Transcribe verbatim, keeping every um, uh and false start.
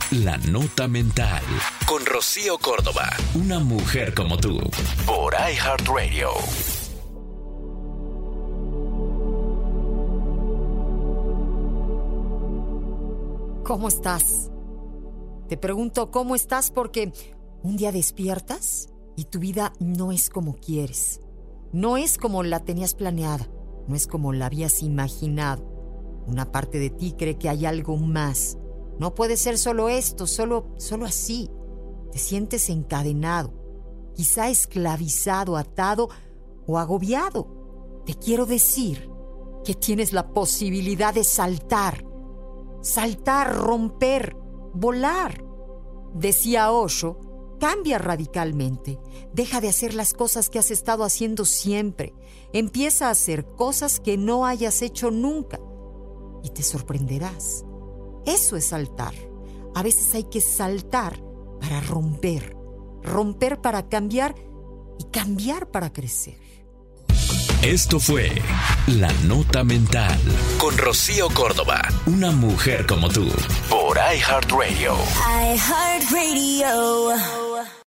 La Nota Mental con Rocío Córdoba, una mujer como tú, por iHeartRadio. ¿Cómo estás? Te pregunto cómo estás porque un día despiertas y tu vida no es como quieres. No es como la tenías planeada, no es como la habías imaginado. Una parte de ti cree que hay algo más. No puede ser solo esto, solo, solo así. Te sientes encadenado, quizá esclavizado, atado o agobiado. Te quiero decir que tienes la posibilidad de saltar. Saltar, romper, volar. Decía Osho, cambia radicalmente. Deja de hacer las cosas que has estado haciendo siempre. Empieza a hacer cosas que no hayas hecho nunca. Y te sorprenderás. Eso es saltar. A veces hay que saltar para romper. Romper para cambiar y cambiar para crecer. Esto fue La Nota Mental con Rocío Córdoba, una mujer como tú, por iHeartRadio. iHeartRadio.